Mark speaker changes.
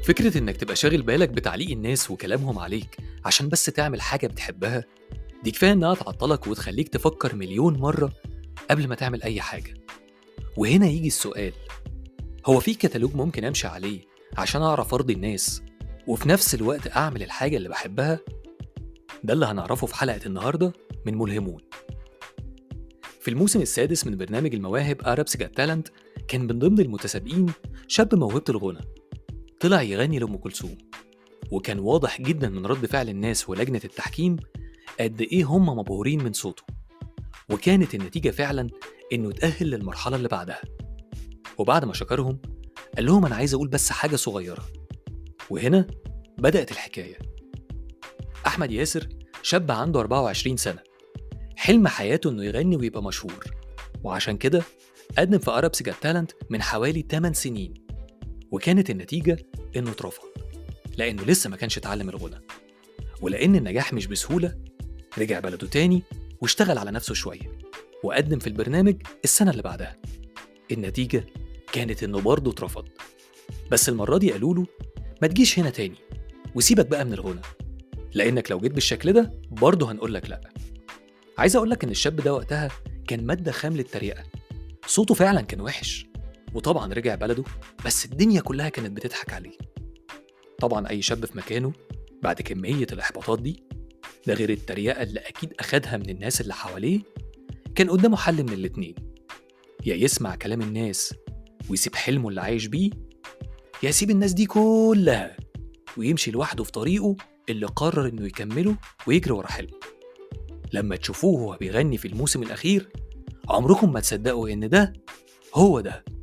Speaker 1: فكرة إنك تبقى شاغل بالك بتعليق الناس وكلامهم عليك عشان بس تعمل حاجة بتحبها، دي كفاية إنها تعطلك وتخليك تفكر مليون مرة قبل ما تعمل أي حاجة. وهنا يجي السؤال، هو في كتالوج ممكن أمشي عليه عشان أعرف أرضي الناس وفي نفس الوقت أعمل الحاجة اللي بحبها؟ ده اللي هنعرفه في حلقة النهاردة من ملهمون. في الموسم السادس من برنامج المواهب Arabs Got Talent، كان من ضمن المتسابقين شاب موهبة الغنى، طلع يغني لأم كلثوم، وكان واضح جدا من رد فعل الناس ولجنة التحكيم قد إيه هم مبهورين من صوته، وكانت النتيجة فعلا إنه يتأهل للمرحلة اللي بعدها. وبعد ما شكرهم قال لهم أنا عايز أقول بس حاجة صغيرة. وهنا بدأت الحكاية. أحمد ياسر شاب عنده 24 سنة، حلم حياته إنه يغني ويبقى مشهور، وعشان كده قدم في Arabs Got Talent من حوالي 8 سنين، وكانت النتيجة إنه اترفض لأنه لسه ما كانش اتعلم الغنى. ولأن النجاح مش بسهولة، رجع بلده تاني واشتغل على نفسه شوية وقدم في البرنامج السنة اللي بعدها. النتيجة كانت إنه برضه اترفض، بس المرة دي قالوا له ما تجيش هنا تاني وسيبك بقى من الغنى، لأنك لو جيت بالشكل ده برضه هنقولك لأ. عايز أقولك إن الشاب ده وقتها كان مادة خام للتريقة، صوته فعلا كان وحش، وطبعا رجع بلده بس الدنيا كلها كانت بتضحك عليه. طبعا أي شاب في مكانه بعد كمية الإحباطات دي، ده غير التريقة اللي أكيد أخدها من الناس اللي حواليه، كان قدامه حل من الاتنين: يا يسمع كلام الناس ويسيب حلمه اللي عايش بيه، يا يسيب الناس دي كلها ويمشي لوحده في طريقه اللي قرر إنه يكمله ويجري ورا حلمه. لما تشوفوه وهو بيغني في الموسم الأخير عمركم ما تصدقوا إن ده هو ده